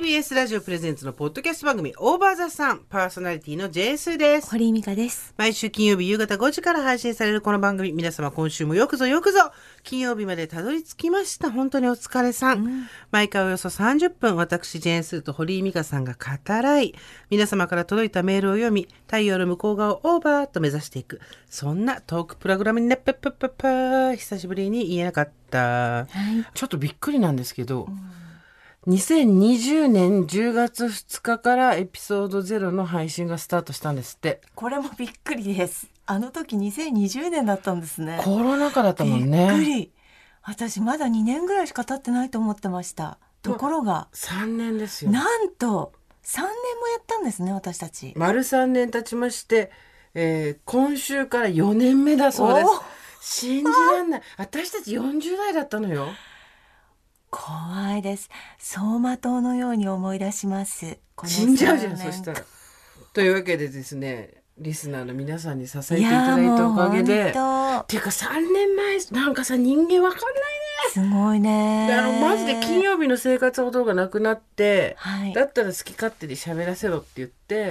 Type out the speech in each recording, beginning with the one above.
TBS ラジオプレゼンツのポッドキャスト番組オーバーザさん、パーソナリティのジェースーです。 堀井美香です。 毎週金曜日夕方5時から配信されるこの番組、皆様今週もよくぞ金曜日までたどり着きました。本当にお疲れさん、毎回およそ30分、私ジェースーと堀井美香さんが語らい、皆様から届いたメールを読み、太陽の向こう側をオーバーと目指していく、そんなトークプログラムにね、久しぶりに言えなかった、ちょっとびっくりなんですけど、2020年10月2日からエピソード0の配信がスタートしたんですって。 これもびっくりです。あの時2020年だったんですね。 コロナ禍だったもんね。 びっくり。私まだ2年ぐらいしか経ってないと思ってました。ところが 3年ですよ。 なんと3年もやったんですね、私たち。 丸3年経ちまして、今週から4年目だそうです。信じらんない。私たち40代だったのよ。 怖いです。走馬灯のように思い出します。 死んじゃうじゃん、そしたら。というわけでですね、リスナーの皆さんに支えていただいたおかげで、っていうか3年前なんかさ、人間わかんないね。 すごいね。 マジで金曜日の生活ほどがなくなって、 はい、 だったら好き勝手に喋らせろって言って、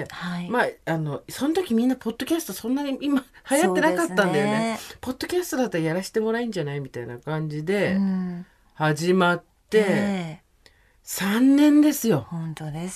はい、 まあその時みんなポッドキャストそんなに今流行ってなかったんだよね。ポッドキャストだったらやらせてもらえんじゃないみたいな感じで始まって、3年ですよ。 本当です。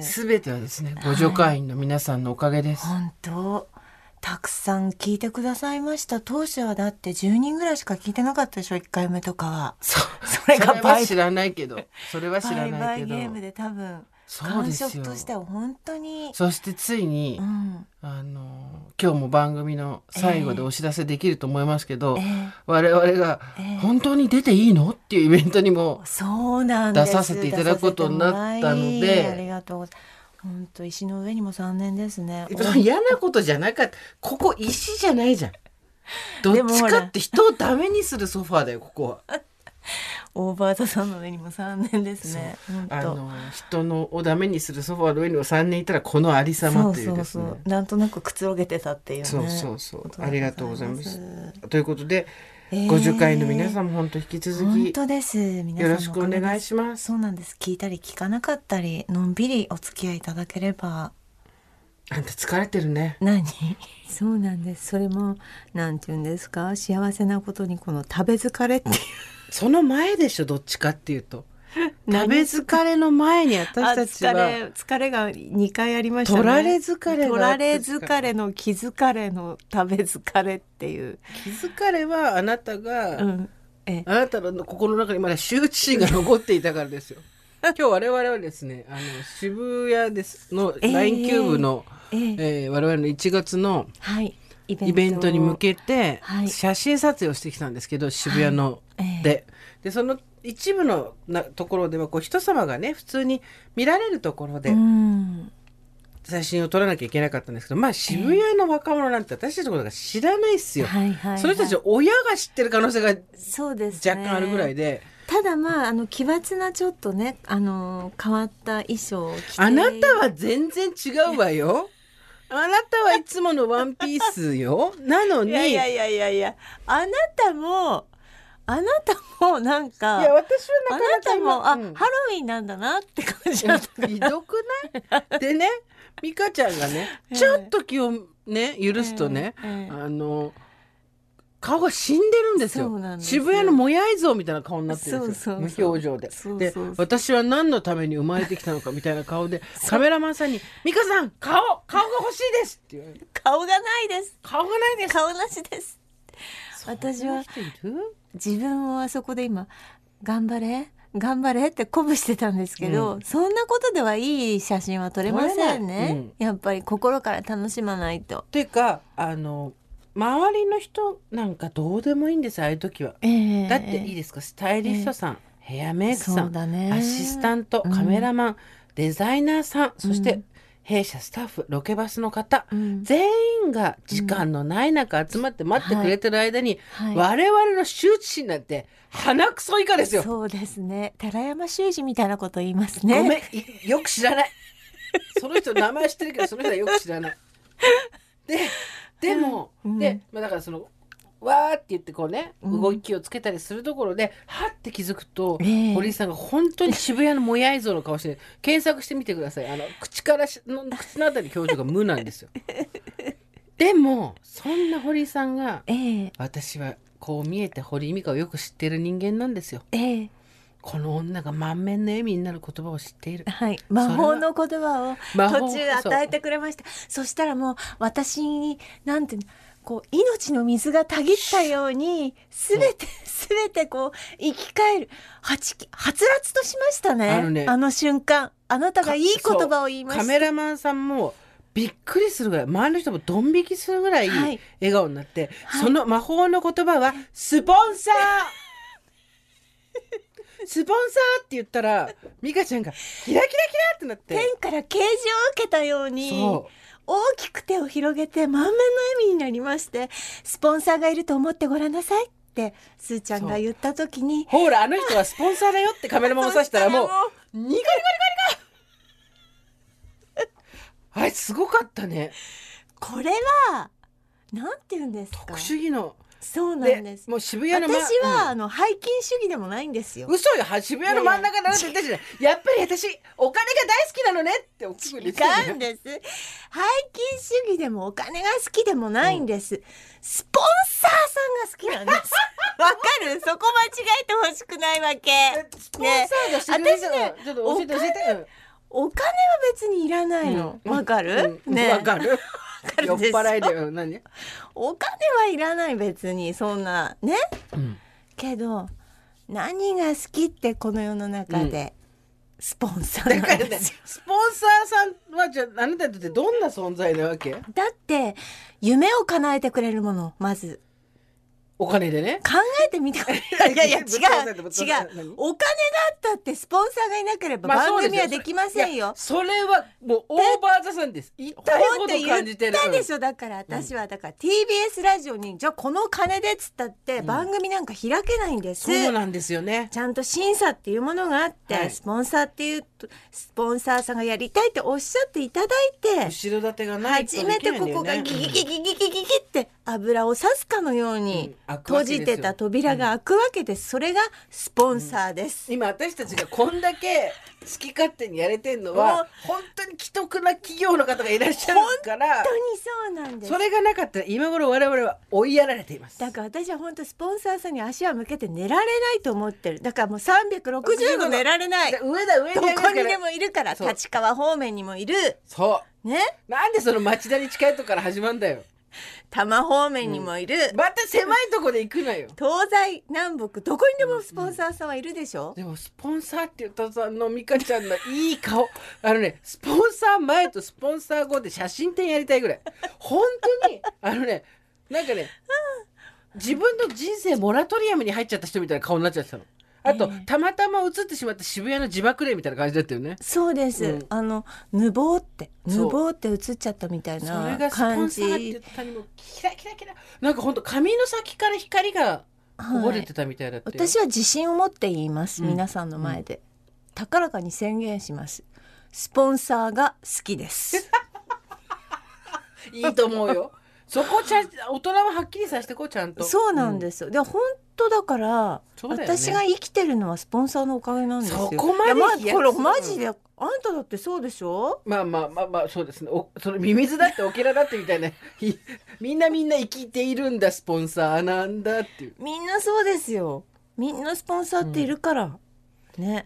すべてはですね、ご助会員の皆さんのおかげです。 本当たくさん聞いてくださいました。当初はだって10人ぐらいしか聞いてなかったでしょ、1回目とかは。 それは知らないけど、それは知らないけど、 バイゲームで多分感触としては本当に。 そしてついに、今日も番組の最後でお知らせできると思いますけど、我々が本当に出ていいのっていうイベントにも出させていただくことになったので、 ありがとうございます。本当石の上にも3年ですね。 嫌なことじゃなかった。ここ石じゃないじゃん。どっちかって人をダメにするソファーだよ、ここは。 オーバーザさんの上にも3年ですね。 人のをダメにするソファーの上にも3年いたらこのありさまというですね。 そうなんとなくくつろげてたっていうね。 そうありがとうございます。ということで、ご助会の皆さんも本当引き続き本当です。皆さんよろしくお願いします。 そうなんです。聞いたり聞かなかったりのんびりお付き合いいただければ。 あんた疲れてるね。 何そうなんです。それもなんて言うんですか、幸せなことにこの食べ疲れっていうその前でしょ、どっちかっていうと食べ疲れの前に私たちは疲れが2回ありましたね。 取られ疲れの気疲れの食べ疲れっていう。 気疲れはあなたが、あなたの心の中にまだ羞恥心が残っていたからですよ。今日我々はですね、渋谷ですの LINE キューブの、我々の1月の、イベントに向けて写真撮影をしてきたんですけど、渋谷の、でその一部のところではこう人様がね普通に見られるところで写真を撮らなきゃいけなかったんですけど、渋谷の若者なんて私たちのことが知らないっすよ。その人たち親が知ってる可能性が若干あるぐらいで。 ただ奇抜なちょっとね、変わった衣装を着て。 あなたは全然違うわよ。あなたはいつものワンピースよ。なのにいやあなたもなんか、 いや私はなかなか今ハロウィンなんだなって感じだった。 ひどくないでね、美香ちゃんがね、ちょっと気をね許すとね、顔が死んでるんですよ。渋谷のもやい像みたいな顔になってるんですよ。無表情で。で、私は何のために生まれてきたのかみたいな顔で、カメラマンさんに「美香さん顔が欲しいです」って言われる。 顔がないです。 顔なしです。私は自分をあそこで今頑張れって鼓舞してたんですけど、そんなことではいい写真は撮れませんね。やっぱり心から楽しまないと。 っていうか周りの人なんかどうでもいいんです、ああいう時は。だっていいですか、スタイリストさん、ヘアメイクさん、アシスタント、カメラマン、デザイナーさん、そして弊社スタッフ、ロケバスの方、全員が時間のない中集まって待ってくれてる間に、我々の羞恥心なんて鼻くそ以下ですよ。 そうですね。寺山修司みたいなこと言いますね。 ごめん、よく知らない。その人の名前知ってるけどその人はよく知らない。でも、だからわーって言ってこうね動きをつけたりするところで、はって気づくと、堀井さんが本当に渋谷のもやい像の顔して検索してみてください。口のあたり表情が無なんですよ。でもそんな堀井さんが、私はこう見えて堀井美香をよく知っている人間なんですよ。この女が満面の笑みになる言葉を知っている、 魔法の言葉を途中与えてくれました。 そしたらもう私になんてこう命の水がたぎったようにすべてこう生き返る、はつらつとしましたね。あの瞬間あなたがいい言葉を言いました。 カメラマンさんもびっくりするぐらい、周りの人もドン引きするぐらい笑顔になって、その魔法の言葉はスポンサースポンサーって言ったら美香ちゃんがキラキラキラってなって、 天から啓示を受けたように大きく手を広げて満面の笑みになりまして、スポンサーがいると思ってごらんなさいってスーちゃんが言った時に、 ほらあの人はスポンサーだよってカメラマンを指したらもうニカニカニカニカあれすごかったね。 これはなんて言うんですか、 特殊技能。 そうなんです。 もう渋谷の私は、背筋主義でもないんですよ。 嘘よ、渋谷の真ん中になって言ったじゃん。やっぱり私お金が大好きなのねって大きく言ってた。 違うんです。背筋主義でもお金が好きでもないんです。スポンサーさんが好きなんです。わかる？そこ間違えてほしくないわけ。 スポンサーがしてくれる人がちょっと教えて。 お金は別にいらないの。わかる？ わかる。酔っ払いだよ。何？ お金はいらない別にそんなね。けど何が好きってこの世の中でスポンサーなんですよ。だからね、 スポンサーさんはじゃああなたにとってどんな存在なわけ？ だって夢を叶えてくれるもの、まずお金でね。 考えてみて。いや違う。お金があったってスポンサーがいなければ番組はできませんよ。 それはもうオーバーザさんです。言ったいこと感じてる。 言ったでしょ。だから私はTBS ラジオにじゃあこの金でっつったって番組なんか開けないんです。 そうなんですよね。 ちゃんと審査っていうものがあって、スポンサーっていうスポンサーさんがやりたいっておっしゃっていただいて、 後ろ盾がないと初めてここがギギギギギギギって油を刺すかのように閉じてた扉が開くわけです。それがスポンサーです。 今私たちがこんだけ好き勝手にやれてんのは本当に既得な企業の方がいらっしゃるから本当にそうなんです。 それがなかったら今頃我々は追いやられています。 だから私は本当スポンサーさんに足は向けて寝られないと思ってる。だからもう360度寝られない。 上にどこにでもいるから。立川方面にもいる。 そうね。 なんでその町田に近いとこから始まるんだよ。 多摩方面にもいる、 また狭いとこで行くなよ。 東西南北どこにでもスポンサーさんはいるでしょ。 でもスポンサーって言ったさの美香ちゃんのいい顔スポンサー前とスポンサー後で写真展やりたいぐらい本当になんかね自分の人生モラトリアムに入っちゃった人みたいな顔になっちゃってたの。あと、たまたま映ってしまった渋谷の自爆霊みたいな感じだったよね。 そうです、ぬぼーって映っちゃったみたいな感じ。それがスポンサーって言ったにもキラキラキラ、なんか本当髪の先から光がこぼれてたみたいだった、 私は自信を持って言います、皆さんの前で、高らかに宣言します。スポンサーが好きですいいと思うよ。そこ大人ははっきりさせてこう、ちゃんと。 そうなんですよ。で本当だから、私が生きてるのはスポンサーのおかげなんですよ。 そこまでこれマジであんただってそうでしょ。 まあそうですね。そのミミズだってオケラだってみたいなみんな生きているんだスポンサーなんだっていう。 みんなそうですよ。みんなスポンサーっているから、ね。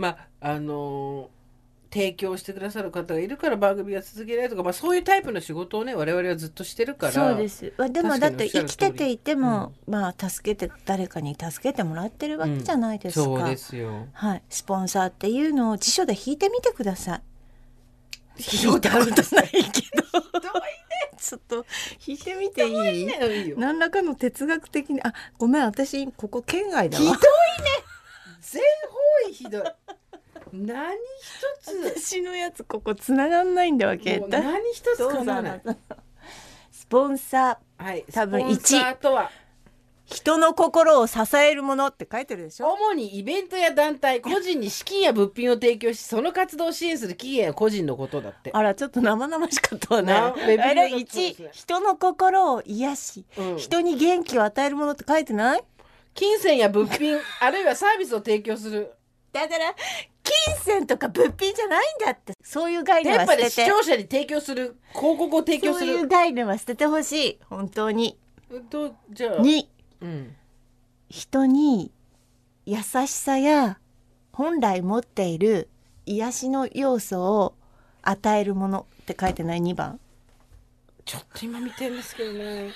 提供してくださる方がいるから番組が続けられるとか、そういうタイプの仕事をね我々はずっとしてるから。 そうです。でもだって生きてていても、誰かに助けてもらってるわけじゃないですか、 そうですよ。 はい。スポンサーっていうのを辞書で引いてみてください。引いたことないけどちょっと引いてみていい？何らかの哲学的に。ごめん、私ここ県外だわ。 ひどいね。全方位ひどい。何一つ私のやつここ繋がんないんだわけ。 何一つかなわない。 スポンサー、 はい、 多分スポンサーとは人の心を支えるものって書いてるでしょ。 主にイベントや団体、個人に資金や物品を提供し、その活動を支援する企業や個人のことだって。 あら、ちょっと生々しかったわね。 ウェブあれ、 用だとそうですね 1、人の心を癒し、人に元気を与えるものって書いてない？ 金銭や物品、あるいはサービスを提供する。 だから金銭とか物品じゃないんだって。そういう概念電波では捨てて、 視聴者に提供する広告を提供する。 そういう概念は捨ててほしい。本当に。 じゃあ 2、 うん人に優しさや本来持っている癒しの要素を与えるものって書いてない？ 2 番。 ちょっと今見てるんですけどね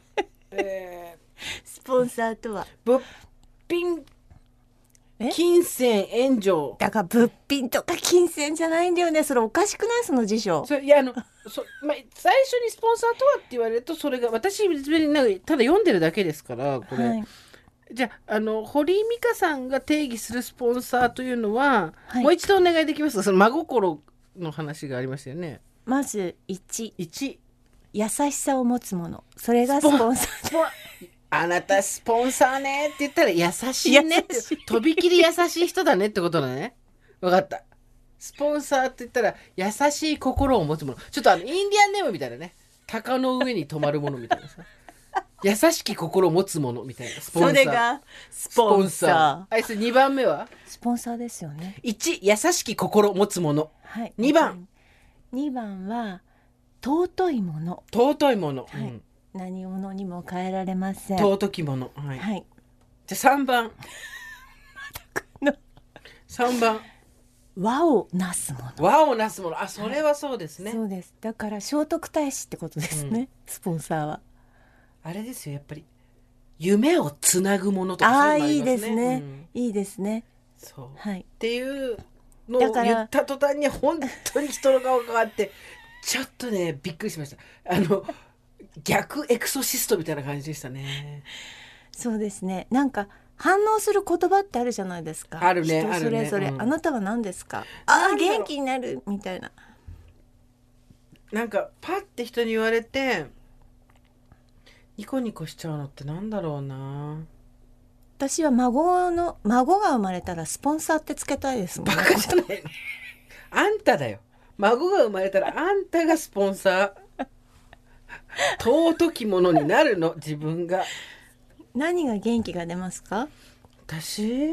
スポンサーとは物品、 え金銭、援助。 だから物品とか金銭じゃないんだよね。それおかしくない？その辞書。 それいやまあ、最初にスポンサーとはって言われると、それが私別になんかただ読んでるだけですからこれ、はい、じゃあ堀井美香さんが定義するスポンサーというのは、はい、もう一度お願いできますか？その真心の話がありましたよね。 まず1、優しさを持つもの、それがスポンサー。 あなたスポンサーねって言ったら優しいねって、とびきり優しい人だねってことだね。分かった。スポンサーって言ったら優しい心を持つもの。ちょっとインディアンネームみたいなね。鷹の上に止まるものみたいなさ。優しき心を持つものみたいな。スポンサー。 それがスポンサー。 それ2番目はスポンサーですよね。 1、優しき心を持つもの。 はい、 2 番は尊いもの。 尊いもの。 はい、何物にも変えられません。 尊きもの。はい。 はい、 じゃあ3番。3番。 和をなすもの。 和をなすもの。あ、それはそうですね。 そうです。だから聖徳太子ってことですね。スポンサーは。 あれですよ、やっぱり夢をつなぐものとかそういうのありますね。 いいですね。いいですね。 そう。 はい。 っていうのを言った途端に本当に人の顔が変わってちょっとねびっくりしました。逆エクソシストみたいな感じでしたね。 そうですね。なんか反応する言葉ってあるじゃないですか。 あるね。 人それぞれ、あなたは何ですか？元気になるみたいな。 なんかパッて人に言われてニコニコしちゃうのってなんだろうな。 私は孫が生まれたらスポンサーってつけたいですもんね。 バカじゃないね。あんただよ。孫が生まれたらあんたがスポンサー。尊きものになるの、自分が。 何が元気が出ますか？ 私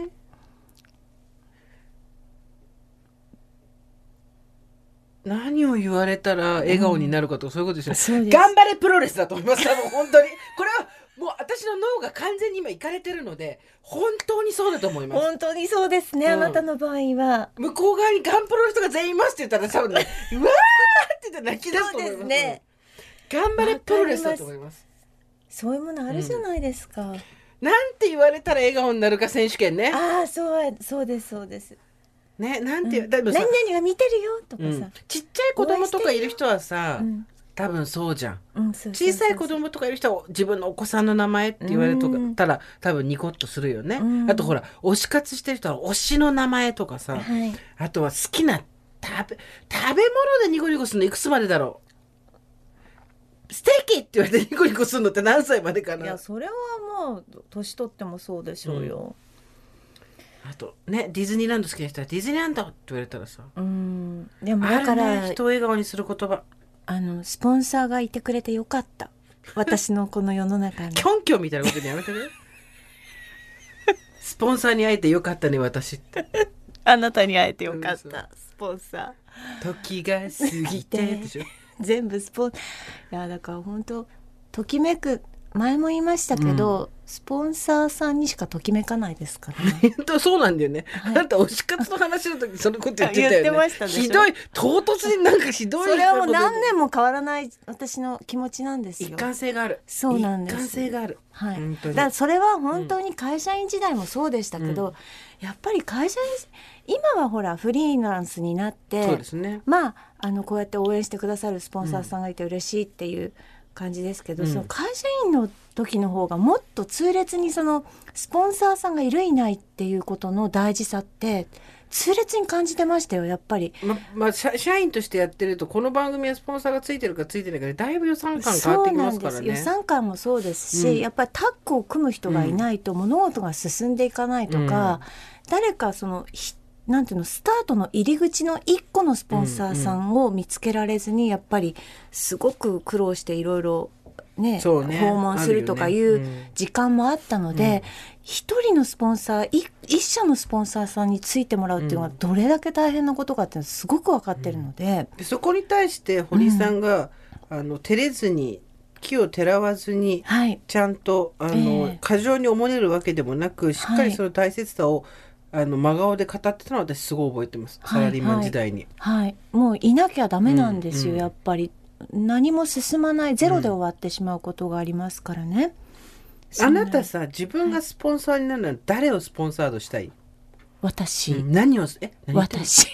何を言われたら笑顔になるかとか、そういうことですよね。頑張れプロレスだと思います。多分本当にこれはもう私の脳が完全に今いかれてるので本当にそうだと思います。 本当にそうですね、あなたの場合は向こう側にガンプロの人が全員いますって言ったら多分ねうわーって言って泣き出すと思います。 そうですね。 頑張れプロレスだと思います。 そういうものあるじゃないですか。 なんて言われたら笑顔になるか選手権ね。 そうですそうですね。なんて何々が見てるよとかさ、 ちっちゃい子供とかいる人はさ、多分そうじゃん。小さい子供とかいる人は自分のお子さんの名前って言われたら多分ニコッとするよね。あとほら推し活してる人は推しの名前とかさ、あとは好きな食べ物でニコニコするのいくつまでだろう。素敵って言われてニコニコするのって何歳までかな。 いやそれはもう年取ってもそうでしょうよ。 あとね、ディズニーランド好きな人はディズニーランドって言われたらさ、 でもだから、 人を笑顔にする言葉。 スポンサーがいてくれてよかった。私のこの世の中に。 キョンキョンみたいなことにやめてね。スポンサーに会えてよかったね私って。 あなたに会えてよかった。スポンサー。時が過ぎてでしょ。 全部いやだから本当ときめく。前も言いましたけど、スポンサーさんにしかときめかないですからね。 そうなんだよね。あなた推し活の話の時そのこと言ってたよね。 言ってましたでしょ。 ひどい、唐突になんかひどい。 それはもう何年も変わらない私の気持ちなんですよ。 一貫性がある。 そうなんです。 一貫性がある。 はい。だからそれは本当に会社員時代もそうでしたけど、やっぱり会社員今はほらフリーランスになって、 そうですね。 まあこうやって応援してくださるスポンサーさんがいて嬉しいっていう感じですけど、その会社員の時の方がもっと痛烈にそのスポンサーさんがいるいないっていうことの大事さって痛烈に感じてましたよやっぱり。 社員としてやってるとこの番組はスポンサーがついてるかついてないかでだいぶ予算感変わってきますからね。 そうなんです。予算感もそうですし、やっぱりタッグを組む人がいないと物事が進んでいかないとか、誰かそのなんていうのスタートの入り口の一個のスポンサーさんを見つけられずにやっぱりすごく苦労していろいろね、訪問するとかいう時間もあったので、一人のスポンサー一社のスポンサーさんについてもらうっていうのはどれだけ大変なことかっていうのはすごく分かってるので、 でそこに対して堀さんが、照れずに木をてらわずに、ちゃんと過剰におもねるわけでもなくしっかりその大切さを、真顔で語ってたのは私すごい覚えてます、サラリーマン時代に。 もういなきゃダメなんですよ、やっぱり何も進まないゼロで終わってしまうことがありますからね。 あなたさ自分がスポンサーになるなら誰をスポンサードしたい？ 私、 何を私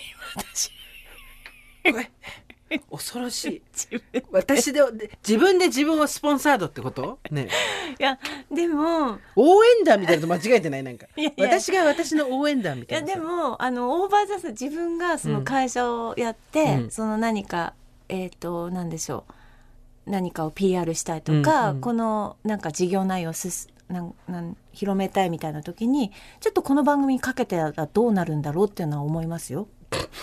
恐ろしい私で自分で自分をスポンサードってことね。 いやでも応援団みたいなのと間違えてない？なんか私が私の応援団みたいな。 いやでもオーバーザさ自分がその会社をやって、その何か何でしょう何かを PR したいとか、このなんか事業内容を広めたいみたいな時にちょっとこの番組にかけてたらどうなるんだろうっていうのは思いますよ。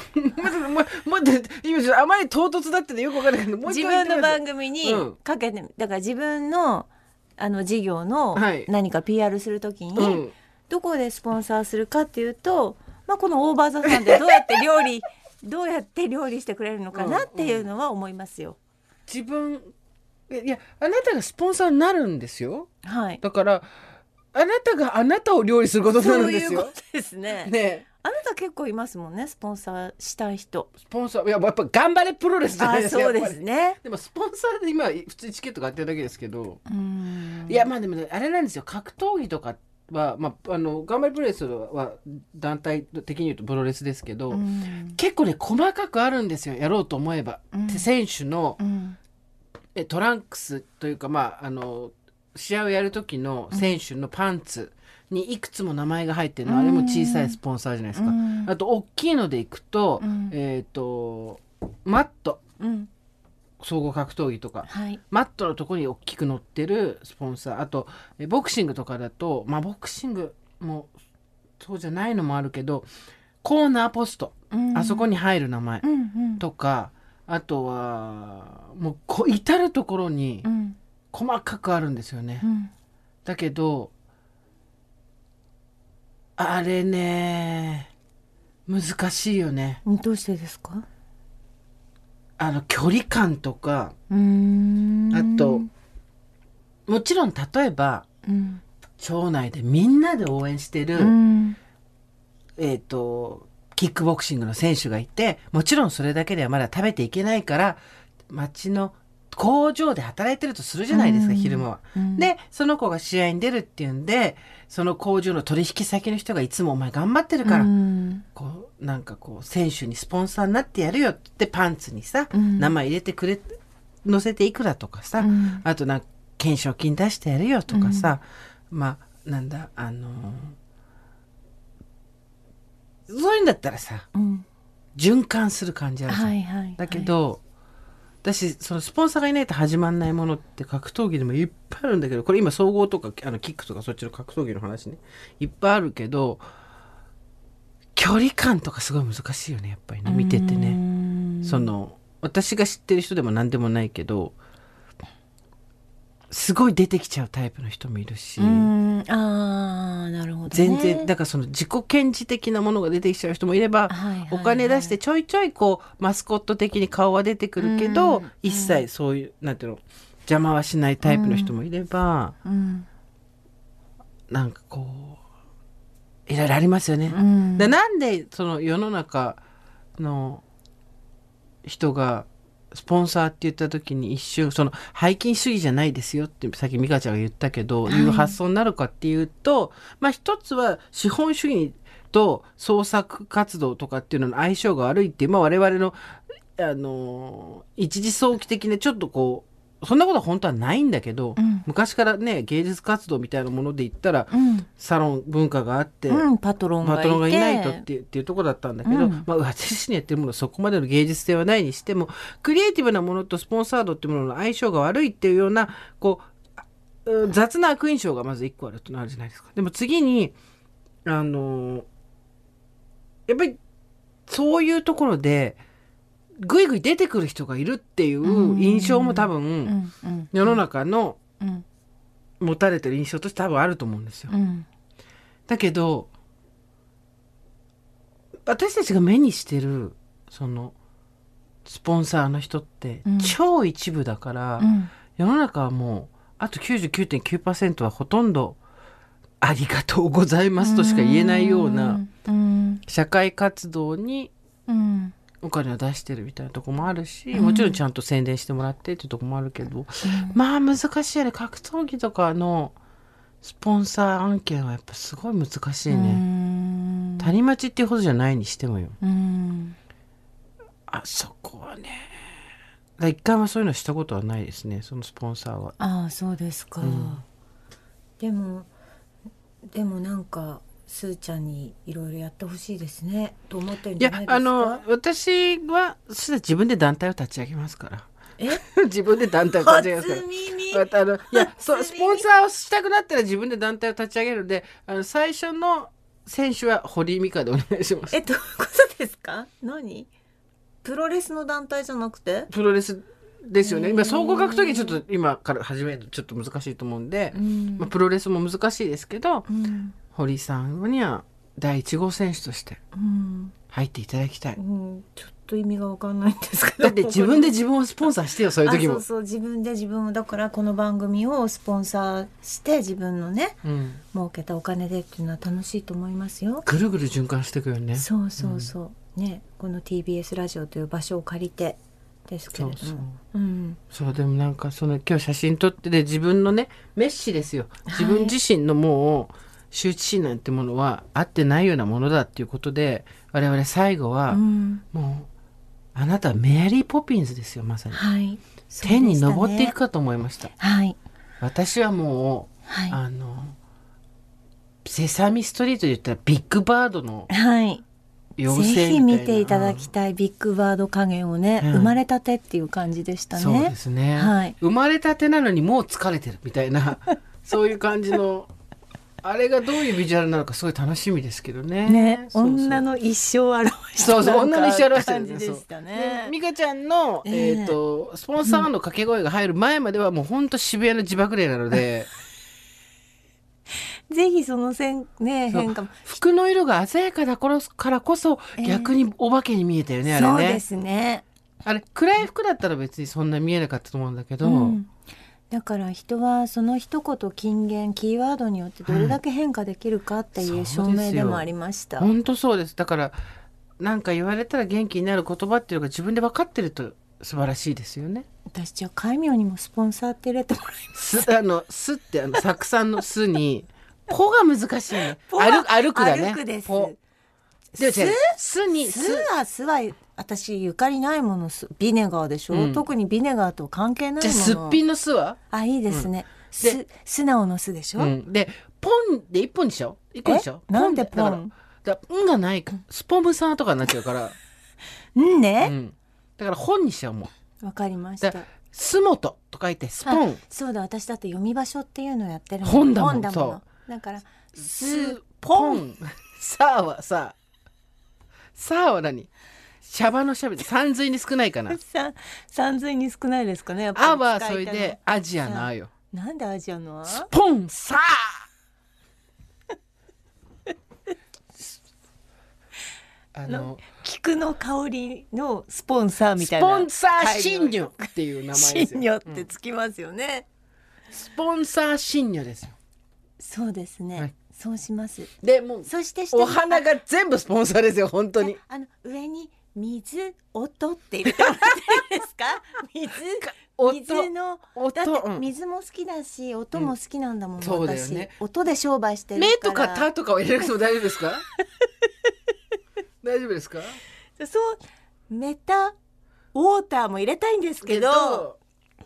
今あまり唐突だってねよくわからないけどもう自分の番組にかけて、だから自分の事業の何か PR するときに、どこでスポンサーするかっていうと、このオーバーザさんでどうやって料理してくれるのかなっていうのは思いますよ。 自分いやあなたがスポンサーになるんですよ、だからあなたがあなたを料理することになるんですよ。 そういうことですね。あなた結構いますもんねスポンサーしたい人。 スポンサーやっぱ頑張れプロレスじゃないですか。 そうですね。 でもスポンサーで今普通にチケット買ってるだけですけど、いやでも、ね、あれなんですよ、格闘技とかは、頑張れプロレスは団体的に言うとプロレスですけど、結構ね細かくあるんですよ、やろうと思えば。選手の、トランクスというか試合をやる時の選手のパンツにいくつも名前が入ってるの、あれも小さいスポンサーじゃないですか。あと大きいのでいくと、マット、総合格闘技とか、マットのところに大きく載ってるスポンサー、あとボクシングとかだと、ボクシングもそうじゃないのもあるけどコーナーポスト、あそこに入る名前とか、あとはもう至るところに細かくあるんですよね。だけどあれね難しいよね。 どうしてですか？ 距離感とか、あともちろん例えば、町内でみんなで応援してる、キックボクシングの選手がいて、もちろんそれだけではまだ食べていけないから町の工場で働いてるとするじゃないですか、昼間は。でその子が試合に出るっていうんで、その工場の取引先の人がいつもお前頑張ってるから、なんか選手にスポンサーになってやるよってパンツにさ、名前入れてくれ載せていくらとかさ、あと懸賞金出してやるよとかさ、なんだそういうんだったらさ、循環する感じあるじゃん。だけど私そのスポンサーがいないと始まんないものって格闘技でもいっぱいあるんだけど、これ今総合とかキックとかそっちの格闘技の話ねいっぱいあるけど、距離感とかすごい難しいよねやっぱりね、見ててね。その私が知ってる人でも何でもないけどすごい出てきちゃうタイプの人もいるし、 なるほどね。 全然だからその自己顕示的なものが出てきちゃう人もいれば、お金出してちょいちょいマスコット的に顔は出てくるけど、一切そういうなんていうの邪魔はしないタイプの人もいれば、なんかいろいろありますよね。なんでその世の中の人がスポンサーって言った時に一瞬その背筋主義じゃないですよってさっき美香ちゃんが言ったけど、いう発想になるかっていうと、一つは資本主義と創作活動とかっていうのの相性が悪いっていう、我々の一時早期的なちょっとそんなことは本当はないんだけど、 うん、 昔からね芸術活動みたいなもので言ったら、 うん、 サロン文化があって、 パトロンがいないとっていうところだったんだけど、私自身やってるものはそこまでの芸術性はないにしても、クリエイティブなものとスポンサードっていうものの相性が悪いっていうようなこう雑な悪印象がまず1個あるってのあるじゃないですか。でも次にやっぱりそういうところでぐいぐい出てくる人がいるっていう印象も多分世の中の持たれてる印象として多分あると思うんですよ。だけど私たちが目にしてるそのスポンサーの人って超一部だから、世の中はもうあと 99.9% はほとんどありがとうございますとしか言えないような社会活動にお金を出してるみたいなとこもあるし、もちろんちゃんと宣伝してもらってっていうとこもあるけど、まあ難しいよね。格闘技とかのスポンサー案件はやっぱすごい難しいね。谷町っていうほどじゃないにしてもよ。あそこはね、一回もそういうのしたことはないですね、そのスポンサーは。 ああ、そうですか。でもなんかスーちゃんにいろいろやってほしいですねと思ってるんじゃないですか。いや私は自分で団体を立ち上げますから。自分で団体を立ち上げますから。いやスポンサーをしたくなったら自分で団体を立ち上げるので、最初の選手は堀井美香でお願いします。 どういうことですか？何？プロレスの団体じゃなくて？プロレスですよね。今総合格闘技ちょっと今から始めるとちょっと難しいと思うんで、プロレスも難しいですけど、堀さんには第1号選手として入っていただきたい。 ちょっと意味が分かんないんですけど。 だって自分で自分をスポンサーしてよ、そういう時も。 そう自分で自分を、だからこの番組をスポンサーして自分のね、儲けたお金でっていうのは楽しいと思いますよ。 ぐるぐる循環していくよね。 そう、ね、この TBS ラジオという場所を借りてですけれども、 そうでもなんか今日写真撮ってで自分のねメッシですよ。自分自身のもう羞恥心なんてものはあってないようなものだっていうことで、我々最後は、もうあなたはメアリー・ポピンズですよ、まさに、天に昇っていくかと思いました。私はもう、セサミストリートで言ったらビッグバードの、 ぜひ見ていただきたい、ビッグバード加減をね、生まれたてっていう感じでしたね。 そうですね、生まれたてなのにもう疲れてるみたいなそういう感じのあれがどういうビジュアルなのかすごい楽しみですけどね。 女の一生を表した女の一生を表した感じでしたね。 美香ちゃんの、スポンサーの掛け声が入る前まではもうほんと渋谷の自爆霊なのでぜひその変化も、 服の色が鮮やかだからこそ逆にお化けに見えたよね、あれね。 そうですね。 あれ暗い服だったら別にそんな見えなかったと思うんだけど、 だから人はその一言金言キーワードによってどれだけ変化できるかっていう証明でもありました。 本当そうです。だからなんか言われたら元気になる言葉っていうのが自分で分かってると素晴らしいですよね。 私じゃあ戒名にもスポンサーって入れてもらいます。 すって酢酸の酢にポが難しいね。歩くだね。 歩くです。酢は私ゆかりないもの。ビネガーでしょ、特にビネガーと関係ないもの。 じゃあすっぴんの酢は？ いいですね。素直の酢でしょ、 でポンで1本にしよう。1個にしよう。 なんでポンがないかスポムサーとかになっちゃうからだから本にしよう。もうわかりました。 スモトと書いてスポン。 そうだ、私だって読み場所っていうのをやってるの。 本だもん。 そうだからスポンサーはさは何？シャバのシャバで三髄に少ないかな。 三髄に少ないですかね。やっぱりはそれでアジアのあよ。 なんでアジアのあ？ スポンサー菊の香りのスポンサーみたいな。 スポンサー新女っていう名前ですよ。 新女ってつきますよね。 スポンサー新女ですよ。 そうですね、そうします。 でもうそしてお花が全部スポンサーですよ、本当に。 上に水音って入れてもらっていいですか？水のだって水も好きだし音も好きなんだもん、 そうだよね。 音で商売してるから。 目とかタとかを入れなくても大丈夫ですか？大丈夫ですか？ そうメタウォーターも入れたいんですけど、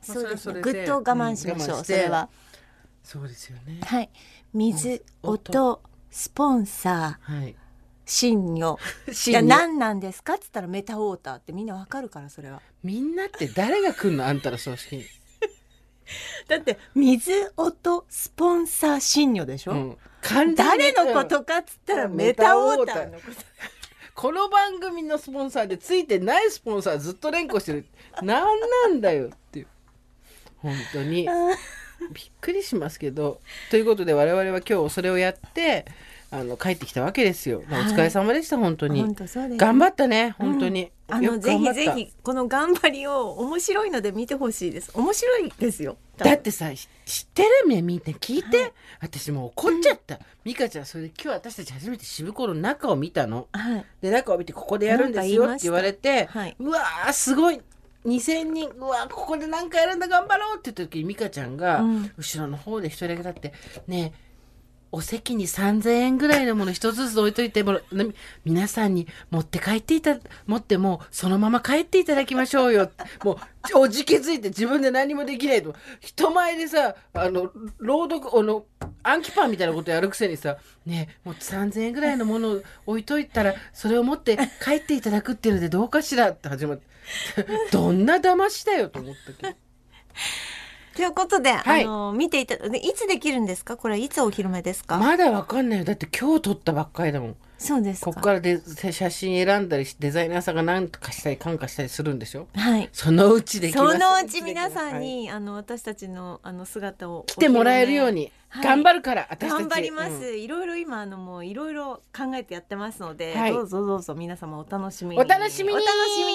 そうですね。ぐっと我慢しましょう、それは。 そうですよね。 はい。水、音、スポンサー、はい、信用。いや、何なんですかっつったらメタウォーターってみんなわかるから、それは。 みんなって誰が来んのあんたら葬式に。 だって水、音、スポンサー、信用でしょ、誰のことかっつったらメタウォーターのこと。 この番組のスポンサーでついてないスポンサーずっと連呼してる。何なんだよっていう。本当にびっくりしますけど。ということで我々は今日それをやって帰ってきたわけですよ。お疲れ様でした、本当に。本当そうですね、頑張ったね本当に、 ぜひぜひこの頑張りを面白いので見てほしいです。面白いですよ。 だってさ、知ってる目見て聞いて、はい、私もう怒っちゃった、美香ちゃん。それで今日私たち初めて渋子の中を見たの、はい、で中を見てここでやるんですよって言われて、はい、うわーすごい2000人、うわここで何かやるんだ頑張ろうって言った時に美香ちゃんが、後ろの方で一人だけ立ってねえ、お席に3000円ぐらいのもの一つずつ置いといて皆さんに持ってもそのまま帰っていただきましょうよ。もうおじけづいて自分で何もできないと、人前でさ朗読暗記パンみたいなことやるくせにさ、ねもう3000円ぐらいのものを置いといたらそれを持って帰っていただくっていうのでどうかしらって始まってどんな騙しだよと思ったけど。 ということで、はい、見ていつできるんですか？これはいつお披露目ですか？ まだわかんないよ。だって今日撮ったばっかりだもん。 そうですか。 ここから写真選んだりデザイナーさんが何かしたり感化したりするんでしょ。 はい。 そのうちできます。 そのうち皆さんに、はい、私たちの姿を来てもらえるように、はい、頑張るから私たち頑張ります、いろいろ今もういろいろ考えてやってますので、はい、どうぞ皆様お楽しみに。 お楽しみに。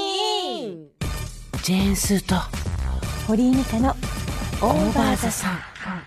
ジェーンスーと堀井美香のオーバーザさん。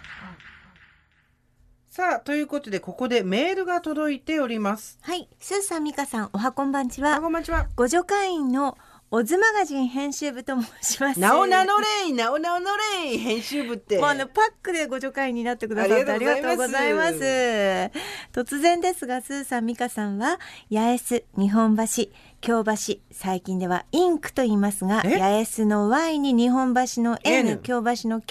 さあということでここでメールが届いております。 はい、スーさん、ミカさん、おはこんばんちは。 こんばんちは。 ご助会員のオズマガジン編集部と申します。 なお名乗れいなお名乗れい編集部って。 もうパックでご助会員になってくださってありがとうございます。突然ですが、スーさん、ミカさんは八重洲、日本橋、京橋、最近ではインクと言いますが、八重洲の Y に日本橋の N、京橋の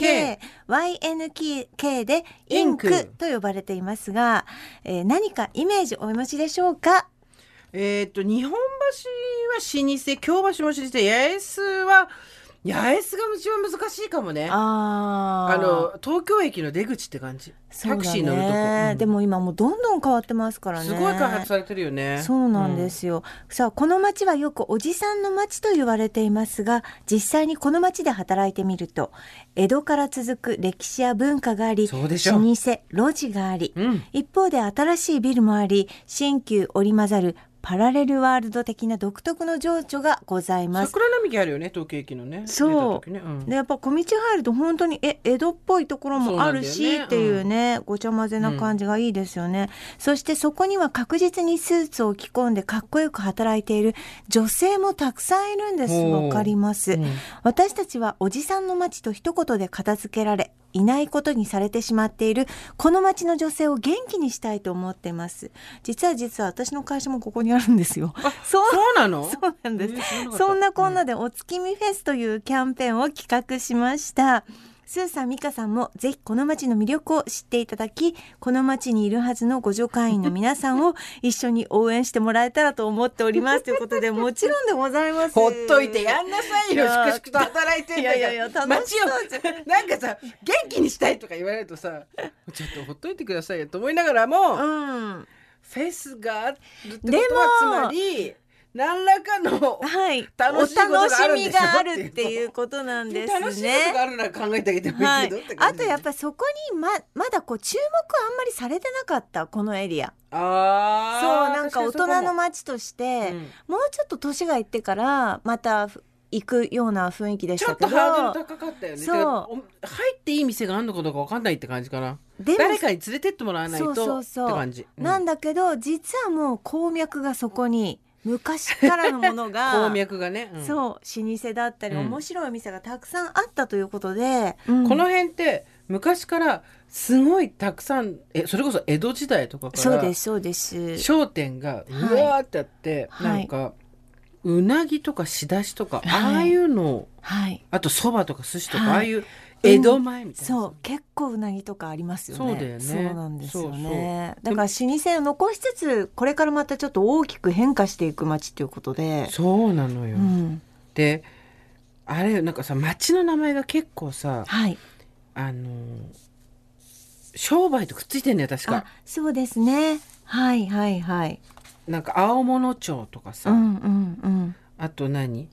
K、YNK でインクと呼ばれていますが、何かイメージお持ちでしょうか？ 日本橋は老舗、京橋も老舗、八重洲は八重洲が一番難しいかもね。東京駅の出口って感じ。タクシー乗るとこ、 でも今もうどんどん変わってますからね。 すごい開発されてるよね。 そうなんですよ、さあこの町はよくおじさんの町と言われていますが、実際にこの町で働いてみると江戸から続く歴史や文化があり、老舗路地があり、一方で新しいビルもあり、新旧織り交ざるパラレルワールド的な独特の情緒がございます。 桜並木あるよね、東京駅のね。 そう、でやっぱ小道入ると本当に江戸っぽいところもあるし、っていうね、ごちゃ混ぜな感じがいいですよね、そしてそこには確実にスーツを着込んでかっこよく働いている女性もたくさんいるんです。わかります、私たちはおじさんの街と一言で片付けられいないことにされてしまっているこの町の女性を元気にしたいと思っています。実は私の会社もここにあるんですよ。 そうなの？ そうなんです、そんなこんなでお月見フェスというキャンペーンを企画しました。スーさん、ミカさんもぜひこの町の魅力を知っていただき、この町にいるはずのご助会員の皆さんを一緒に応援してもらえたらと思っておりますということで、もちろんでございます。 ほっといてやんなさいよ。粛々と働いてんだから。 楽しそうじゃん。なんかさ、元気にしたいとか言われるとさ、ちょっとほっといてくださいよと思いながらも、フェスがあるってことはつまり何らかの楽しいことがあるんでしょ、 お楽しみがあるっていうことなんですね。 楽しいことがあるなら考えてあげてもいいけど、ってあとやっぱりそこにまだこう注目あんまりされてなかった、このエリア。そう、なんか大人の街として、もうちょっと年がいってからまた行くような雰囲気でしたけど、 ちょっとハードル高かったよね。入っていい店があるのかどうか分かんないって感じかな。誰かに連れてってもらわないとって感じ、 なんだけど実はもう鉱脈がそこに昔からのものが鉱脈がね、 そう老舗だったり、面白いお店がたくさんあったということで、 この辺って昔からすごいたくさん、それこそ江戸時代とかからそうです商店がうわーってあって、なんかうなぎとかしだしとか、ああいうの、あとそばとか寿司とか、ああいう江戸前みたいな、 そう結構うなぎとかありますよね。 そうだよね。 そうなんですよね。だから老舗を残しつつこれからまたちょっと大きく変化していく街ということで。 そうなのよ、であれなんかさ、町の名前が結構さ、商売とくっついてんだよ確か。 そうですね。はいはいはい。 なんか青物町とかさ、あと何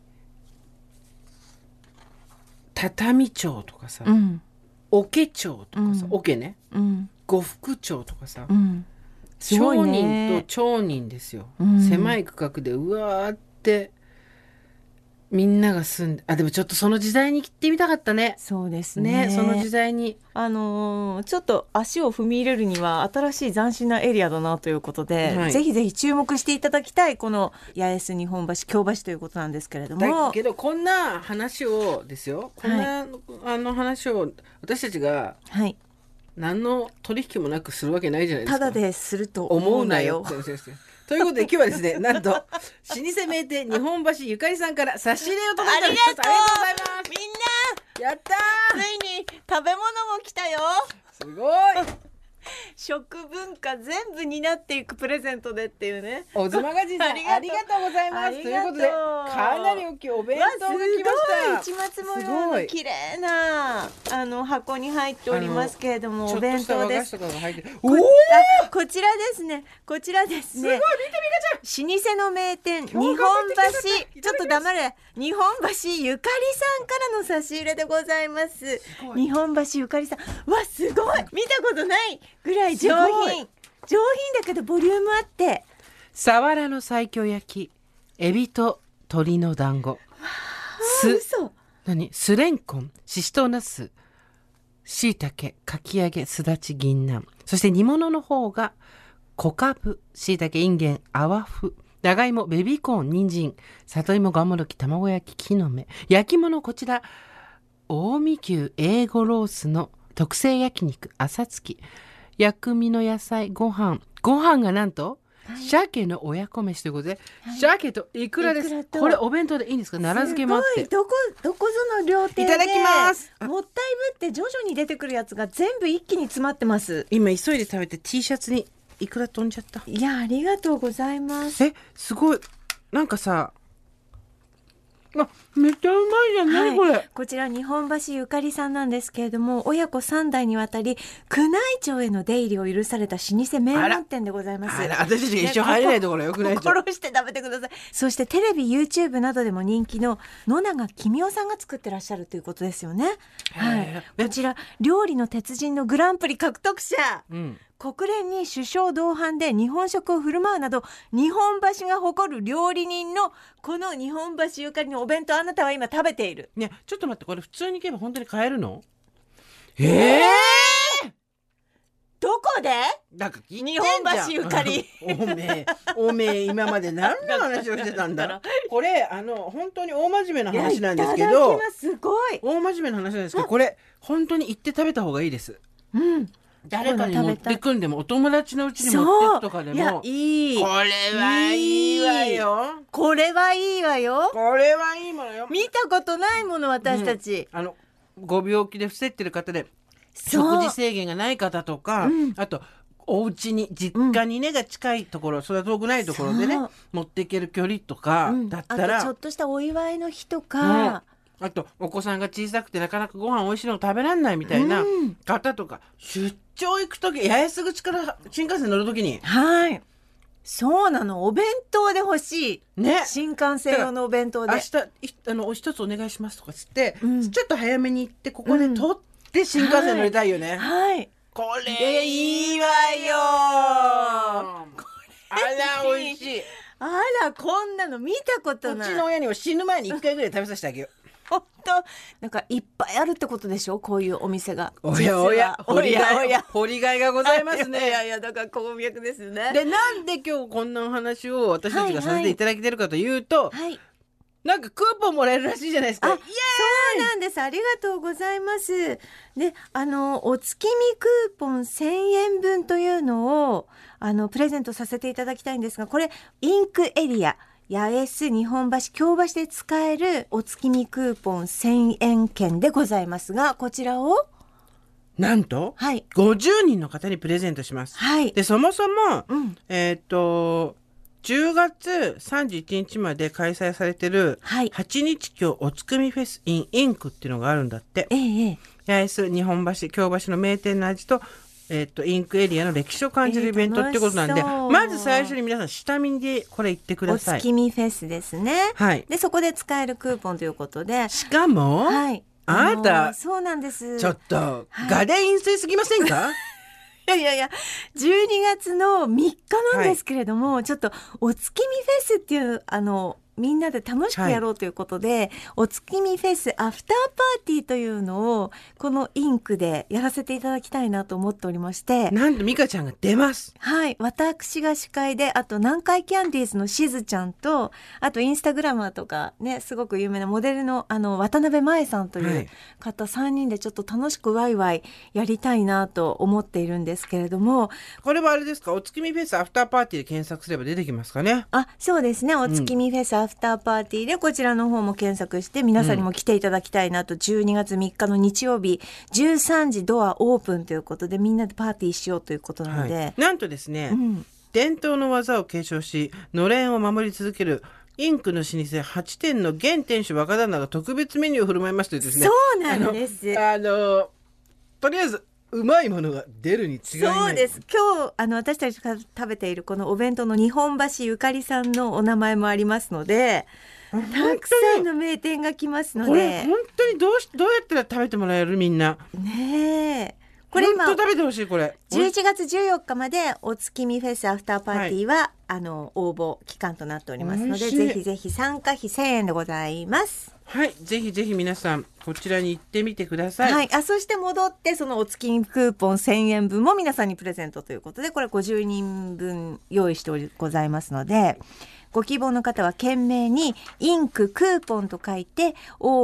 畳町とかさ、桶町とかさ、桶ね、呉服町とかさ、町人と町人ですよ、狭い区画でうわーってみんなが住んで、でもちょっとその時代に行ってみたかったね。 そうですね。 その時代にちょっと足を踏み入れるには新しい斬新なエリアだなということで、ぜひぜひ注目していただきたいこの八重洲日本橋京橋ということなんですけれども、 だけどこんな話をですよ、こんな、話を私たちが何の取引もなくするわけないじゃないですか。 ただですると思うなよ。 ということで今日はですね、なんと老舗名店日本橋ゆかりさんから差し入れを届いております。ありがとうございます。 みんなやったー、 ついに食べ物も来たよ。 すごい食文化全部になっていくプレゼントでっていうね。 オズマガジンさんありがとうございます。ということでかなり大きいお弁当が来ました。 市松模様の綺麗な箱に入っておりますけれども、お弁当です。こちらですね。こちらですね。すごい、見てみかちゃん。老舗の名店日本橋、ちょっと黙れ。日本橋ゆかりさんからの差し入れでございます。日本橋ゆかりさん、わすごい、見たことないぐらい上品だけどボリュームあって、 さわらの西京焼き、エビと鶏の団子、すれんこん、ししとうなす、しいたけ、かき揚げ、すだち、銀杏、そして煮物の方が小かぶ、しいたけ、いんげん、あわふ、長芋、ベビーコーン、人参、里芋、がもどき、卵焼き、木の芽、焼き物、こちら近江牛 A5 ロースの特製焼肉、朝月、薬味の野菜、ご飯がなんと鮭の親子飯ということで、鮭とイクラです。これお弁当でいいんですか？奈良漬けもあって、 どこぞの料亭でいただきます。 もったいぶって徐々に出てくるやつが全部一気に詰まってます。 今急いで食べて T シャツにイクラ飛んじゃった。 いや、ありがとうございます。 すごい、なんかさ、めっちゃうまいじゃない、これ。 こちら日本橋ゆかりさんなんですけれども、親子3代にわたり宮内庁への出入りを許された老舗名門店でございます。 私たちが一生入れないところよくない。 心して食べてください。そしてテレビ YouTube などでも人気の野永公夫さんが作ってらっしゃるということですよね。こちら料理の鉄人のグランプリ獲得者、国連に首相同伴で日本食を振る舞うなど日本橋が誇る料理人のこの日本橋ゆかりのお弁当、あなたは今食べている。 ね、ちょっと待って、これ普通に行けば本当に買えるの？ どこで？ なんか日本橋ゆかりおめえ今まで何の話をしてたんだこれ本当に大真面目な話なんですけど、 いただきます。すごい大真面目な話なんですけど、これ本当に行って食べた方がいいです。誰かに持ってくんでも、お友達のうちに持ってくとかでも、 いい、 これはいいわよ。 これはいいわよ。 これはいいものよ。 見たことないもの、私たち。 ご病気で伏せってる方で食事制限がない方とか、あとお家に実家にねが近いところ、それは遠くないところでね持っていける距離とかだったら、 あとちょっとしたお祝いの日とか、 あとお子さんが小さくてなかなかご飯おいしいの食べられないみたいな方とか、出張行く時、八重洲口から新幹線乗る時に、 そうなの、お弁当で欲しい、新幹線用のお弁当で、 明日お一つお願いしますとかつって、ちょっと早めに行ってここで取って新幹線乗りたいよね。これいいわよ。あら美味しい。 あら、こんなの見たことない。 うちの親にも死ぬ前に1回ぐらい食べさせてあげよう。 本当、なんかいっぱいあるってことでしょ、こういうお店が。 おや掘りがいがございますね。 いやだから鉱脈ですね。 で、なんで今日こんなお話を私たちがさせていただけてるかというと、なんかクーポンもらえるらしいじゃないですか。 そうなんです。ありがとうございます。で、お月見クーポン1000円分というのをプレゼントさせていただきたいんですが、これインクエリア八重洲日本橋京橋で使えるお月見クーポン1000円券でございますが、こちらをなんと、 はい、 50人の方にプレゼントします。 はい、 でそもそも、10月31日まで開催されてる8日今日おつくみフェス in インクっていうのがあるんだって。八重洲日本橋京橋の名店の味とインクエリアの歴史を感じるイベントってことなんで、まず最初に皆さん下見でこれ言ってください。 お月見フェスですね。 はい。 でそこで使えるクーポンということで、 しかも、 はい、 あなたそうなんです。 ちょっと、ガレイン水すぎませんか？ いや12月の3日なんですけれども、ちょっとお月見フェスっていうみんなで楽しくやろうということで、お月見フェスアフターパーティーというのをこのインクでやらせていただきたいなと思っておりまして、 なんと美香ちゃんが出ます。 はい、私が司会で、あと南海キャンディーズのしずちゃんと、あとインスタグラマーとかね、すごく有名なモデルの渡辺麻衣さんという方、3人でちょっと楽しくワイワイやりたいなと思っているんですけれども、 これはあれですか、お月見フェスアフターパーティーで検索すれば出てきますかね？ そうですね、お月見フェスアフターパーティーでこちらの方も検索して皆さんにも来ていただきたいなと、12月3日の日曜日13時ドアオープンということで、みんなでパーティーしようということなので、 なんとですね、伝統の技を継承しのれんを守り続けるインクの老舗8店の現店主若旦那が特別メニューを振る舞いましてですね、 そうなんです。 とりあえずうまいものが出るに違いない。 そうです。今日私たちが食べているこのお弁当の日本橋ゆかりさんのお名前もありますので、たくさんの名店が来ますので、 これ本当にどうやったら食べてもらえる？みんなねえ、これ今本当食べてほしい。これ 11月14日までお月見フェスアフターパーティーは、応募期間となっておりますので、ぜひぜひ参加費1000円でございます。 はい、ぜひぜひ皆さんこちらに行ってみてください。 はい、そして戻ってそのお月見クーポン1000円分も皆さんにプレゼントということで、これ50人分用意してございますので、ご希望の方は懸命にインククーポンと書いて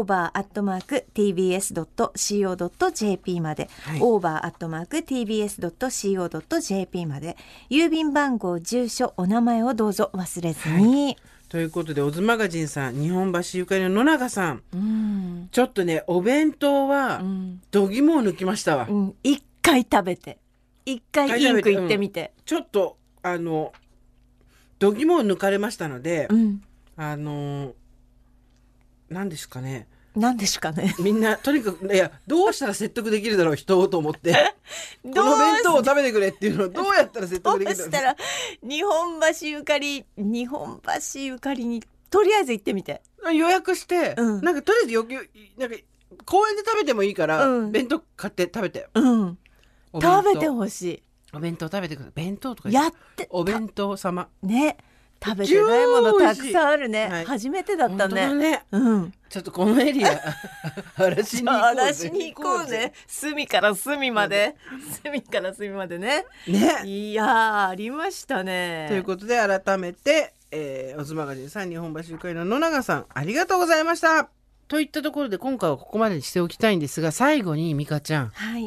over@tbs.co.jp まで、over@tbs.co.jp まで、郵便番号、住所、お名前をどうぞ忘れずに、はい、 ということでオズマガジンさん、日本橋ゆかりの野永さん、ちょっとねお弁当は度肝を抜きましたわ。 一回食べて、一回インク行ってみて、 ちょっと度肝を抜かれましたので、何ですかね、みんなとにかく、いや、どうしたら説得できるだろう人をと思ってこの弁当を食べてくれっていうのをどうやったら説得できるだろう。 どうしたら日本橋ゆかりにとりあえず行ってみて、 予約して、なんかとりあえずなんか公園で食べてもいいから、弁当買って食べて、 食べてほしい。 お弁当食べてください。弁当とかやってお弁当様ね、食べてないものたくさんあるね、はい、初めてだったね。 ちょっとこのエリア荒らしに行こうね。 隅から隅までね。いやありましたね。 ということで改めて、オズマガジンさん、日本橋ゆかりの野永さん、ありがとうございました。といったところで今回はここまでにしておきたいんですが、最後に美香ちゃん、 はい、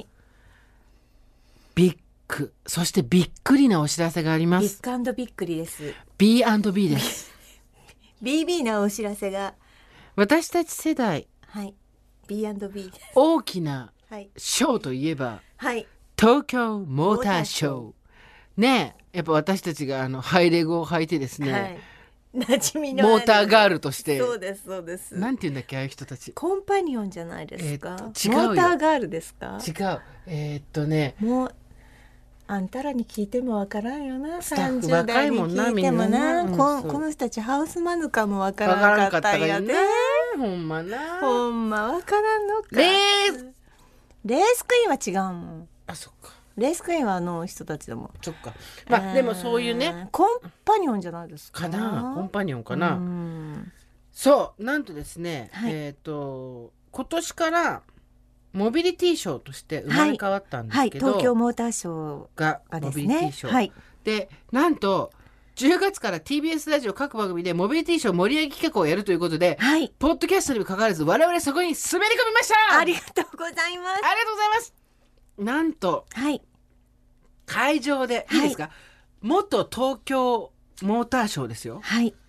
そしてびっくりなお知らせがあります。 ビッグ&びっくりです。 B&B です BB なお知らせが、 私たち世代、 はい、B&B 大きなショーといえば、 はい、 東京モーターショーね。やっぱ私たちがハイレグを履いてですね、はい、 馴染みのモーターガールとして、 そうですなんていうんだっけ、ああいう人たち、 コンパニオンじゃないですか。 違うよ、 モーターガールですか。 違う、 もうあんたらに聞いてもわからんよな。 30代に聞いてもな、 この人たちハウスマヌカもわからなかったんやで。 ほんまわからんのか。レースクイーンは違うもん。 そっか、 レースクイーンは人たちでも、 そっか、でもそういうね、 コンパニオンじゃないですか。 コンパニオンかな。そうなんとですね、はい、今年からモビリティショーとして生まれ変わったんですけど、 東京モーターショーがモビリティショー、でなんと10月から TBS ラジオ各番組でモビリティショー盛り上げ企画をやるということで、ポッドキャストにもかかわらず我々そこに滑り込みました。 ありがとうございます。 ありがとうございます。なんと、会場でいいですか、元東京モーターショーですよ、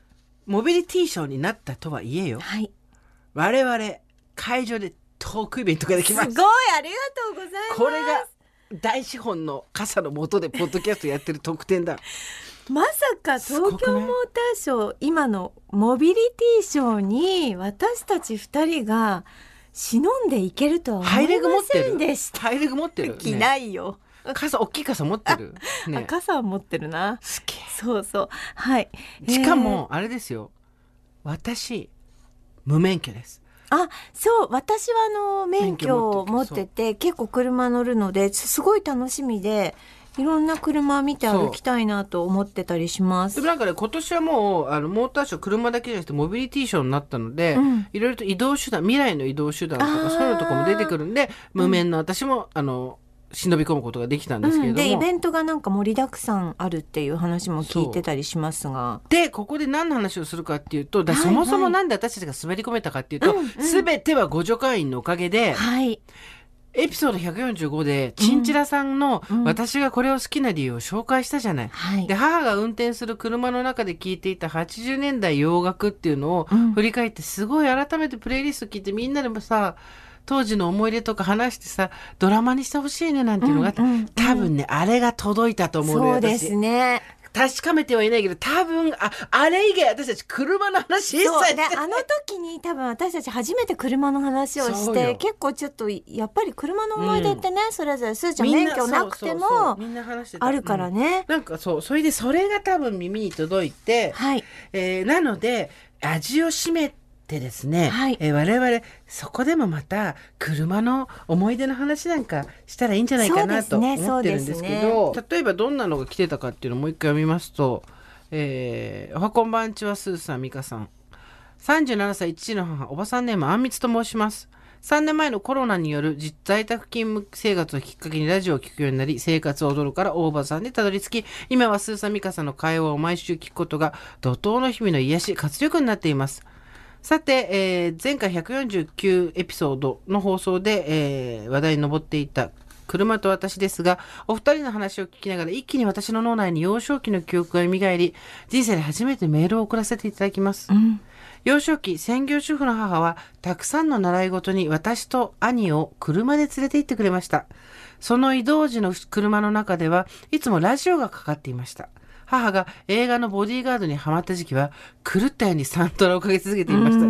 モビリティショーになったとはいえよ、 はい、 我々会場でトークイベントができます。 すごい、ありがとうございます。 これが大資本の傘の下でポッドキャストやってる特典だ。 まさか東京モーターショー、今のモビリティショーに私たち2人が忍んでいけるとは思いませんでした。 ハイレグ持ってる、 着ないよ、 傘、大きい傘持ってる、 ね、傘は持ってるな。 すげえ。 そうそう、はい。 しかもあれですよ、私無免許です。 あ、そう、私は免許を持ってて結構車乗るのですごい楽しみで、いろんな車見て歩きたいなと思ってたりします。 でもなんかね、今年はもうモーターショー、車だけじゃなくてモビリティショーになったので、いろいろと移動手段、未来の移動手段とかそういうのとかも出てくるんで、無免の私も忍び込むことができたんですけれども、 でイベントがなんか盛りだくさんあるっていう話も聞いてたりしますが、 でここで何の話をするかっていうと、そもそもなんで私たちが滑り込めたかっていうと、全ては互助会員のおかげで、エピソード145でチンチラさんの私がこれを好きな理由を紹介したじゃない、で母が運転する車の中で聴いていた80年代洋楽っていうのを振り返って、すごい改めてプレイリスト聞いて、みんなでもさ当時の思い出とか話してさ、ドラマにしてほしいねなんていうのがあって、多分ねあれが届いたと思うのよ。 そうですね、 確かめてはいないけど、多分あれ以外私たち車の話一切してない。 あの時に多分私たち初めて車の話をして、結構ちょっとやっぱり車の思い出ってね、それぞれすーちゃん免許なくてもあるからね、 なんかそう、それでそれが多分耳に届いて、なので味を占めてですね、我々そこでもまた車の思い出の話なんかしたらいいんじゃないかなと思ってるんですけど、例えばどんなのが来てたかっていうのをもう一回読みますと、おはこんばんちは、スーさん、みかさん、37歳父の母、おばさんネームあんみつと申します。3年前のコロナによる在宅勤務生活をきっかけにラジオを聞くようになり、生活を踊るから大場さんでたどり着き、今はスーさん、みかさんの会話を毎週聞くことが怒涛の日々の癒し、活力になっています。さて、前回149エピソードの放送で、話題に上っていた車と私ですが、お二人の話を聞きながら一気に私の脳内に幼少期の記憶が蘇り、人生で初めてメールを送らせていただきます。幼少期、専業主婦の母はたくさんの習い事に私と兄を車で連れて行ってくれました。その移動時の車の中ではいつもラジオがかかっていました。母が映画のボディーガードにハマった時期は狂ったようにサントラをかけ続けていましたが、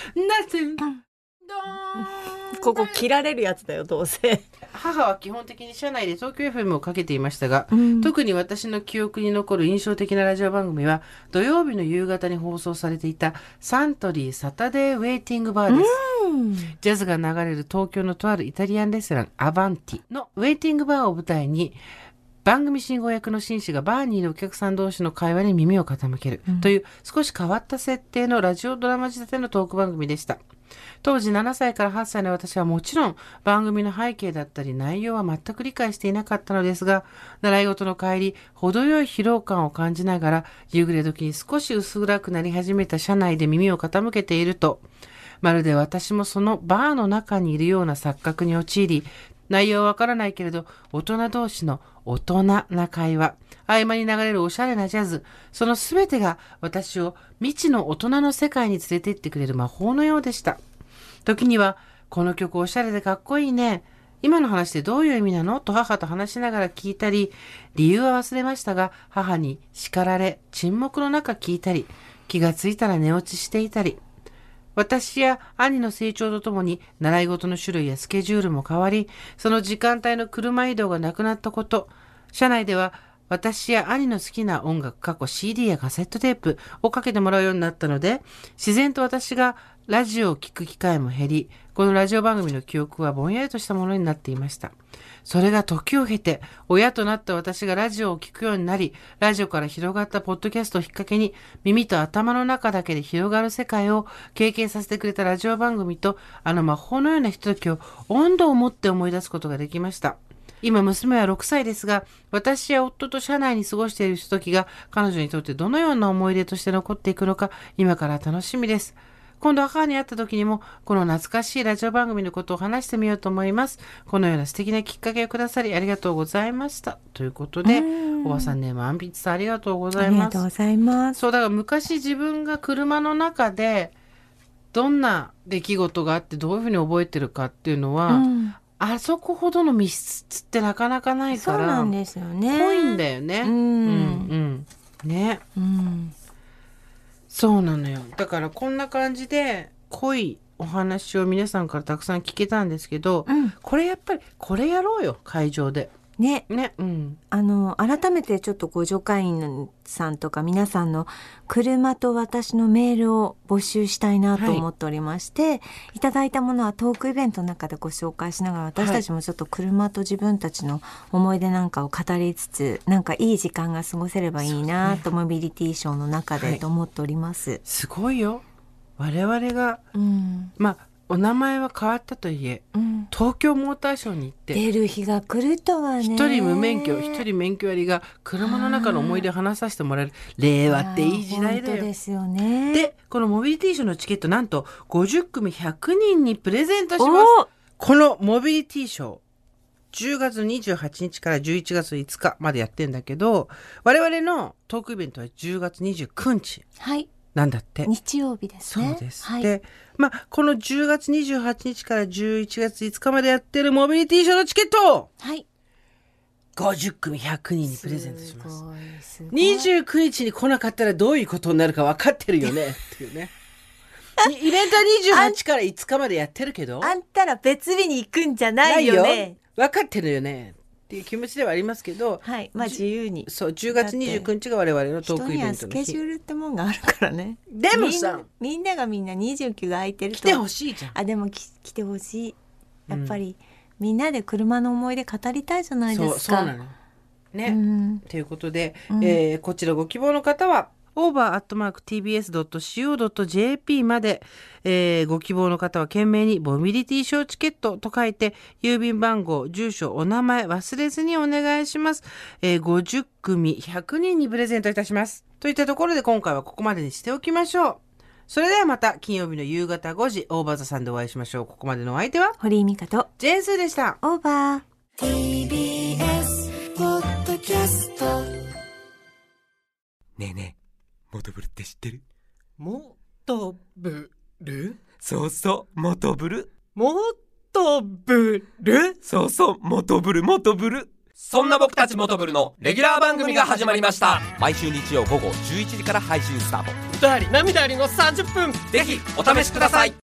ここ切られるやつだよ、どうせ。 母は基本的に車内で東京 FM をかけていましたが、特に私の記憶に残る印象的なラジオ番組は土曜日の夕方に放送されていたサントリーサタデーウェイティングバーです。ジャズが流れる東京のとあるイタリアンレストランアバンティのウェイティングバーを舞台に、番組進行役の紳士がバーにいるお客さん同士の会話に耳を傾けるという少し変わった設定のラジオドラマ仕立てのトーク番組でした。当時7歳から8歳の私はもちろん番組の背景だったり内容は全く理解していなかったのですが、習い事の帰り、程よい疲労感を感じながら夕暮れ時に少し薄暗くなり始めた車内で耳を傾けていると、まるで私もそのバーの中にいるような錯覚に陥り、内容はわからないけれど大人同士の大人な会話、合間に流れるおしゃれなジャズ、そのすべてが私を未知の大人の世界に連れて行ってくれる魔法のようでした。時には、この曲おしゃれでかっこいいね、今の話でどういう意味なのと母と話しながら聞いたり、理由は忘れましたが母に叱られ沈黙の中聞いたり、気がついたら寝落ちしていたり、私や兄の成長とともに習い事の種類やスケジュールも変わり、その時間帯の車移動がなくなったこと、車内では私や兄の好きな音楽、過去 CD やカセットテープをかけてもらうようになったので、自然と私がラジオを聴く機会も減り、このラジオ番組の記憶はぼんやりとしたものになっていました。それが時を経て、親となった私がラジオを聴くようになり、ラジオから広がったポッドキャストをきっかけに、耳と頭の中だけで広がる世界を経験させてくれたラジオ番組と、あの魔法のようなひとときを温度を持って思い出すことができました。今娘は6歳ですが、私や夫と車内に過ごしているひとときが彼女にとってどのような思い出として残っていくのか、今から楽しみです。 今度母に会った時にもこの懐かしいラジオ番組のことを話してみようと思います。このような素敵なきっかけをくださりありがとうございましたということで、おばさんネームあんぴつさんありがとうございます。 ありがとうございます。 そうだから昔自分が車の中でどんな出来事があってどういうふうに覚えてるかっていうのは、あそこほどの密室ってなかなかないから、 そうなんですよね。 濃いんだよね。ね、そうなのよ。だからこんな感じで濃いお話を皆さんからたくさん聞けたんですけど、これやっぱりこれやろうよ、会場で。 ね、改めてちょっとご助会員さんとか皆さんの車と私のメールを募集したいなと思っておりまして、いただいたものはトークイベントの中でご紹介しながら、私たちもちょっと車と自分たちの思い出なんかを語りつつ、なんかいい時間が過ごせればいいなと、モビリティショーの中でと思っております。 すごいよ。我々が、まあお名前は変わったといえ、東京モーターショーに行って出る日が来るとはね。 一人無免許、一人免許ありが車の中の思い出を話させてもらえる。令和っていい時代だよ。 本当ですよね。 で、このモビリティショーのチケットなんと50組100人にプレゼントします。このモビリティショー10月28日から11月5日までやってんだけど、我々のトークイベントは10月29日。なんだって。 日曜日ですね。 そうです。で、この10月28日から11月5日までやってるモビリティショーのチケットを、50組100人にプレゼントします。29日に来なかったらどういうことになるか分かってるよねっていうね。イベントは28から5日までやってるけど、 あんたら別日に行くんじゃないよね。 分かってるよねっていう気持ちではありますけど、 自由に。 そう、10月29日が我々のトークイベントの日。 人にはスケジュールってもんがあるからね。 でもさ、 みんながみんな29が空いてると来てほしいじゃん。 でも来てほしい。やっぱり、みんなで車の思い出語りたいじゃないですか。 そうなのね。ということで、こちらご希望の方はover@tbs.co.jp まで、ご希望の方は懸命にモビリティショーチケットと書いて、郵便番号、住所、お名前忘れずにお願いします。50組100人にプレゼントいたします。といったところで今回はここまでにしておきましょう。それではまた金曜日の夕方5時、オーバーザさんでお会いしましょう。ここまでのお相手は堀井美香とジェーンスーでした。 オーバー。 TBS ポッドキャスト。ねえねえ、モトブルって知ってる？ モトブル？ そうそう、モトブル。 モトブル？ そうそう、モトブル。そんな僕たちモトブルのレギュラー番組が始まりました。毎週日曜午後11時から配信スタート。 歌あり涙ありの30分、 ぜひお試しください。